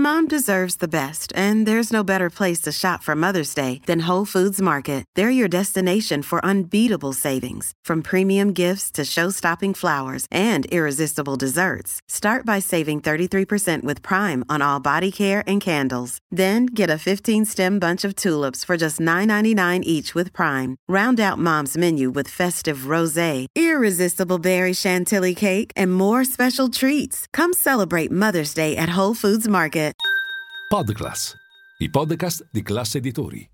Mom deserves the best, and there's no better place to shop for Mother's Day than Whole Foods Market. They're your destination for unbeatable savings, from premium gifts to show-stopping flowers and irresistible desserts. Start by saving 33% with Prime on all body care and candles. Then get a 15-stem bunch of tulips for just $9.99 each with Prime. Round out Mom's menu with festive rosé, irresistible berry chantilly cake, and more special treats. Come celebrate Mother's Day at Whole Foods Market. Podclass, i podcast di Classe Editori.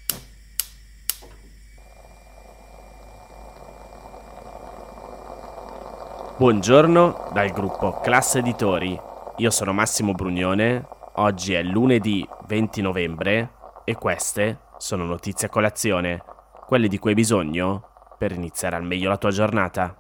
Buongiorno dal gruppo Classe Editori. Io sono Massimo Brugnone. Oggi è lunedì 20 novembre e queste sono notizie a colazione, quelle di cui hai bisogno per iniziare al meglio la tua giornata.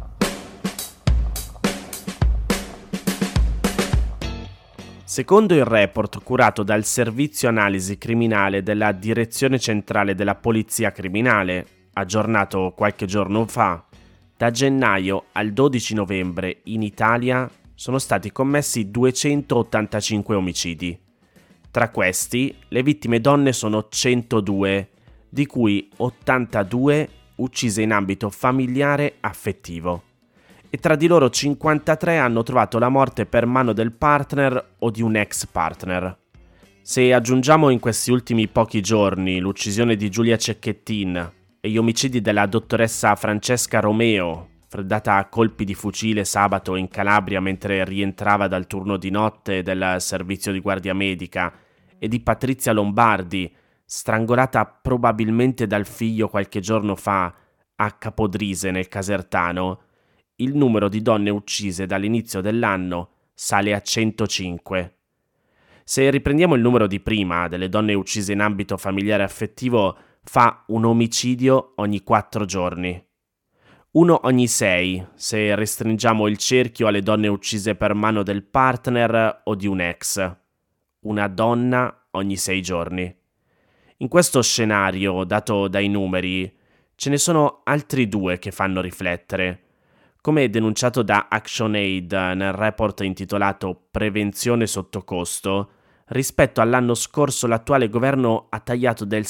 Secondo il report curato dal Servizio Analisi Criminale della Direzione Centrale della Polizia Criminale, aggiornato qualche giorno fa, da gennaio al 12 novembre in Italia sono stati commessi 285 omicidi. Tra questi, le vittime donne sono 102, di cui 82 uccise in ambito familiare affettivo. E tra di loro 53 hanno trovato la morte per mano del partner o di un ex partner. Se aggiungiamo in questi ultimi pochi giorni l'uccisione di Giulia Cecchettin e gli omicidi della dottoressa Francesca Romeo, freddata a colpi di fucile sabato in Calabria mentre rientrava dal turno di notte del servizio di guardia medica, e di Patrizia Lombardi, strangolata probabilmente dal figlio qualche giorno fa a Capodrise nel Casertano, il numero di donne uccise dall'inizio dell'anno sale a 105. Se riprendiamo il numero di prima delle donne uccise in ambito familiare affettivo, fa un omicidio ogni 4 giorni. Uno ogni 6, se restringiamo il cerchio alle donne uccise per mano del partner o di un ex. Una donna ogni 6 giorni. In questo scenario, dato dai numeri, ce ne sono altri due che fanno riflettere. Come denunciato da ActionAid nel report intitolato Prevenzione sotto costo, rispetto all'anno scorso l'attuale governo ha tagliato del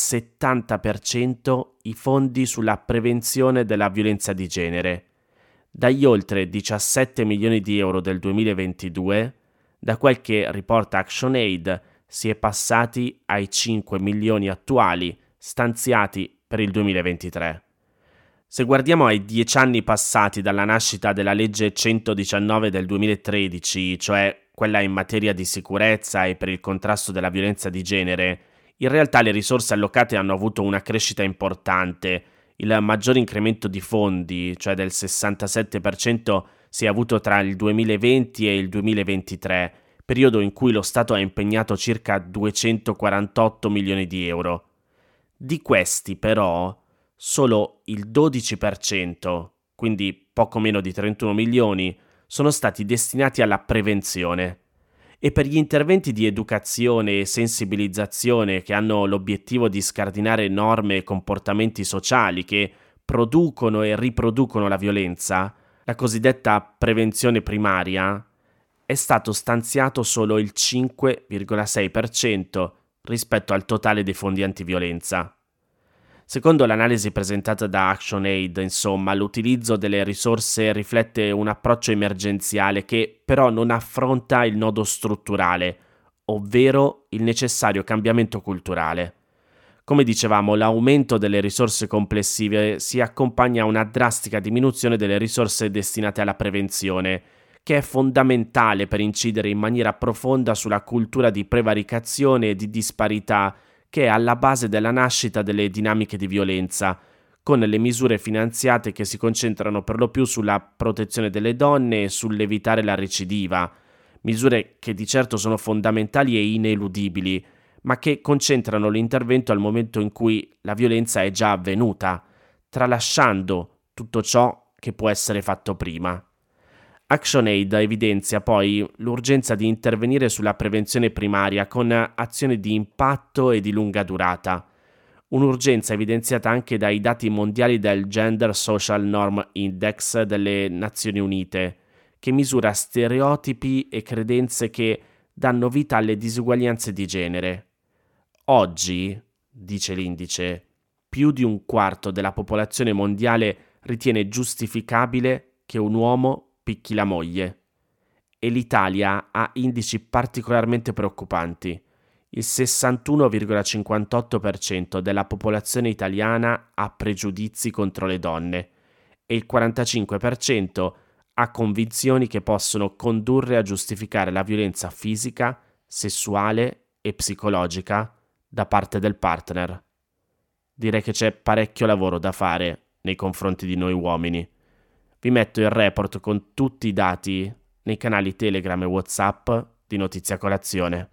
70% i fondi sulla prevenzione della violenza di genere. Dagli oltre 17 milioni di euro del 2022, da quel che riporta ActionAid, si è passati ai 5 milioni attuali stanziati per il 2023. Se guardiamo ai 10 anni passati dalla nascita della legge 119 del 2013, cioè quella in materia di sicurezza e per il contrasto della violenza di genere, in realtà le risorse allocate hanno avuto una crescita importante. Il maggiore incremento di fondi, cioè del 67%, si è avuto tra il 2020 e il 2023, periodo in cui lo Stato ha impegnato circa 248 milioni di euro. Di questi, però, solo il 12%, quindi poco meno di 31 milioni, sono stati destinati alla prevenzione. E per gli interventi di educazione e sensibilizzazione che hanno l'obiettivo di scardinare norme e comportamenti sociali che producono e riproducono la violenza, la cosiddetta prevenzione primaria, è stato stanziato solo il 5,6% rispetto al totale dei fondi antiviolenza. Secondo l'analisi presentata da ActionAid, insomma, l'utilizzo delle risorse riflette un approccio emergenziale che però non affronta il nodo strutturale, ovvero il necessario cambiamento culturale. Come dicevamo, l'aumento delle risorse complessive si accompagna a una drastica diminuzione delle risorse destinate alla prevenzione, che è fondamentale per incidere in maniera profonda sulla cultura di prevaricazione e di disparità che è alla base della nascita delle dinamiche di violenza, con le misure finanziate che si concentrano per lo più sulla protezione delle donne e sull'evitare la recidiva, misure che di certo sono fondamentali e ineludibili, ma che concentrano l'intervento al momento in cui la violenza è già avvenuta, tralasciando tutto ciò che può essere fatto prima. ActionAid evidenzia poi l'urgenza di intervenire sulla prevenzione primaria con azioni di impatto e di lunga durata. Un'urgenza evidenziata anche dai dati mondiali del Gender Social Norm Index delle Nazioni Unite, che misura stereotipi e credenze che danno vita alle disuguaglianze di genere. Oggi, dice l'indice, più di un quarto della popolazione mondiale ritiene giustificabile che un uomo picchi la moglie. E l'Italia ha indici particolarmente preoccupanti. Il 61,58% della popolazione italiana ha pregiudizi contro le donne e il 45% ha convinzioni che possono condurre a giustificare la violenza fisica, sessuale e psicologica da parte del partner. Direi che c'è parecchio lavoro da fare nei confronti di noi uomini. Vi metto il report con tutti i dati nei canali Telegram e WhatsApp di Notizia Colazione.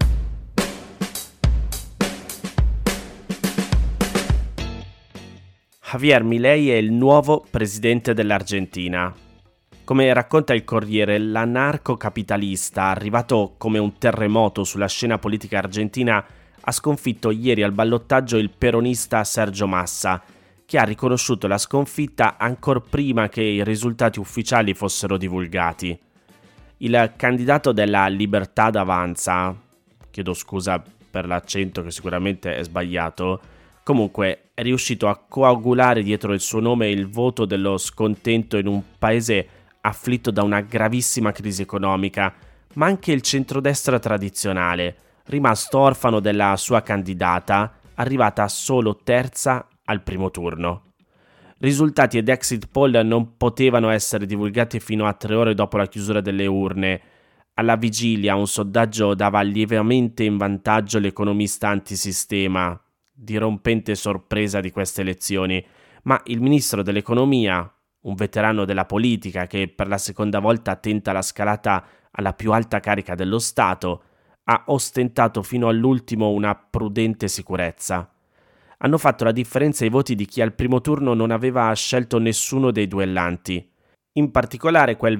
Javier Milei è il nuovo presidente dell'Argentina. Come racconta il Corriere, l'anarcocapitalista, arrivato come un terremoto sulla scena politica argentina, ha sconfitto ieri al ballottaggio il peronista Sergio Massa, che ha riconosciuto la sconfitta ancor prima che i risultati ufficiali fossero divulgati. Il candidato della Libertad Avanza, chiedo scusa per l'accento che sicuramente è sbagliato, comunque è riuscito a coagulare dietro il suo nome il voto dello scontento in un paese afflitto da una gravissima crisi economica, ma anche il centrodestra tradizionale, rimasto orfano della sua candidata, arrivata solo terza al primo turno. Risultati ed exit poll non potevano essere divulgati fino a 3 ore dopo la chiusura delle urne. Alla vigilia un sondaggio dava lievemente in vantaggio l'economista antisistema, dirompente sorpresa di queste elezioni, ma il ministro dell'economia, un veterano della politica che per la seconda volta tenta la scalata alla più alta carica dello Stato, ha ostentato fino all'ultimo una prudente sicurezza. Hanno fatto la differenza i voti di chi al primo turno non aveva scelto nessuno dei duellanti, in particolare quel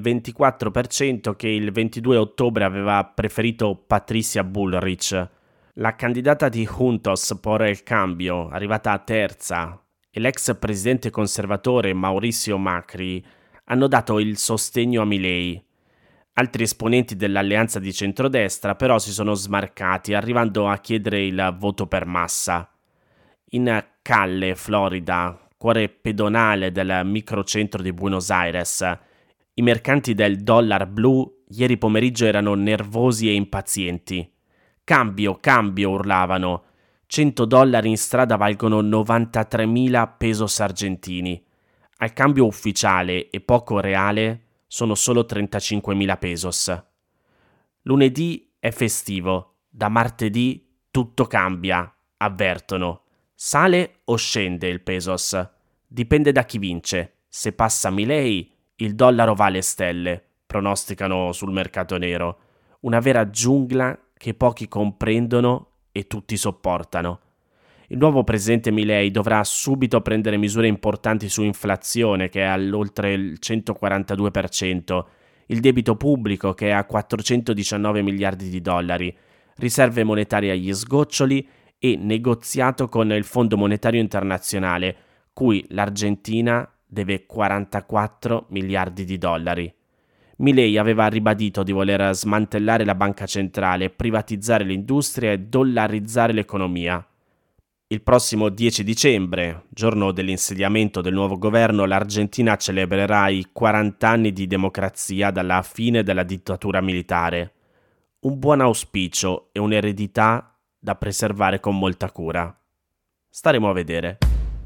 24% che il 22 ottobre aveva preferito Patricia Bullrich, la candidata di Juntos por el Cambio, arrivata terza, e l'ex presidente conservatore Mauricio Macri hanno dato il sostegno a Milei. Altri esponenti dell'alleanza di centrodestra però si sono smarcati, arrivando a chiedere il voto per Massa. In Calle, Florida, cuore pedonale del microcentro di Buenos Aires, i mercanti del dollar blu ieri pomeriggio erano nervosi e impazienti. Cambio, cambio, urlavano. $100 in strada valgono 93.000 pesos argentini. Al cambio ufficiale e poco reale sono solo 35.000 pesos. Lunedì è festivo, da martedì tutto cambia, avvertono. Sale o scende il pesos? Dipende da chi vince. Se passa Milei, il dollaro vale stelle, pronosticano sul mercato nero. Una vera giungla che pochi comprendono e tutti sopportano. Il nuovo presidente Milei dovrà subito prendere misure importanti su inflazione che è all'oltre il 142%, il debito pubblico che è a 419 miliardi di dollari, riserve monetarie agli sgoccioli e negoziato con il Fondo Monetario Internazionale, cui l'Argentina deve 44 miliardi di dollari. Milei aveva ribadito di voler smantellare la banca centrale, privatizzare l'industria e dollarizzare l'economia. Il prossimo 10 dicembre, giorno dell'insediamento del nuovo governo, l'Argentina celebrerà i 40 anni di democrazia dalla fine della dittatura militare. Un buon auspicio e un'eredità da preservare con molta cura. Staremo a vedere.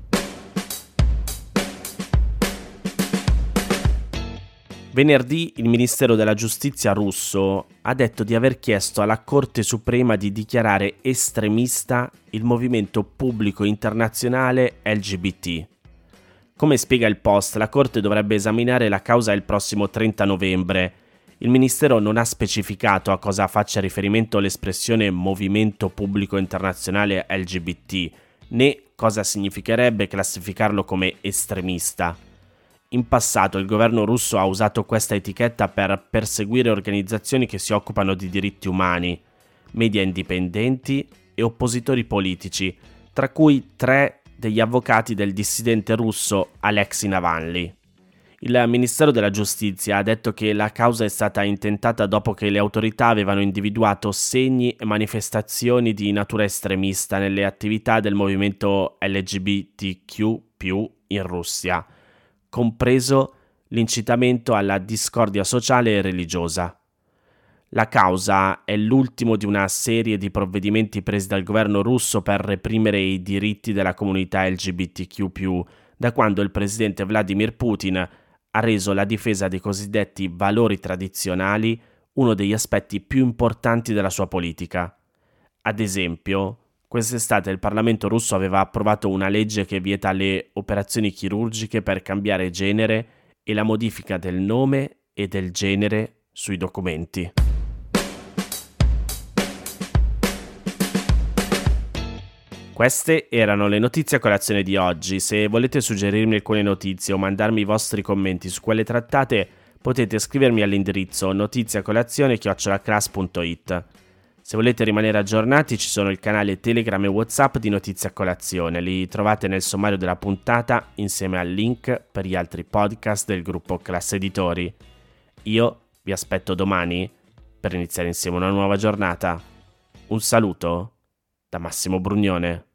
Venerdì il Ministero della Giustizia russo ha detto di aver chiesto alla Corte Suprema di dichiarare estremista il movimento pubblico internazionale LGBT. Come spiega il Post, la Corte dovrebbe esaminare la causa il prossimo 30 novembre. Il Ministero non ha specificato a cosa faccia riferimento l'espressione movimento pubblico internazionale LGBT, né cosa significherebbe classificarlo come estremista. In passato il governo russo ha usato questa etichetta per perseguire organizzazioni che si occupano di diritti umani, media indipendenti e oppositori politici, tra cui 3 degli avvocati del dissidente russo Alexei Navalny. Il Ministero della Giustizia ha detto che la causa è stata intentata dopo che le autorità avevano individuato segni e manifestazioni di natura estremista nelle attività del movimento LGBTQ+ in Russia, compreso l'incitamento alla discordia sociale e religiosa. La causa è l'ultimo di una serie di provvedimenti presi dal governo russo per reprimere i diritti della comunità LGBTQ+, da quando il presidente Vladimir Putin ha reso la difesa dei cosiddetti valori tradizionali uno degli aspetti più importanti della sua politica. Ad esempio, quest'estate il Parlamento russo aveva approvato una legge che vieta le operazioni chirurgiche per cambiare genere e la modifica del nome e del genere sui documenti. Queste erano le notizie a colazione di oggi. Se volete suggerirmi alcune notizie o mandarmi i vostri commenti su quelle trattate, potete scrivermi all'indirizzo notiziacolazione@class.it. Se volete rimanere aggiornati, ci sono il canale Telegram e WhatsApp di Notizie a Colazione. Li trovate nel sommario della puntata insieme al link per gli altri podcast del gruppo Class Editori. Io vi aspetto domani per iniziare insieme una nuova giornata. Un saluto da Massimo Brugnone.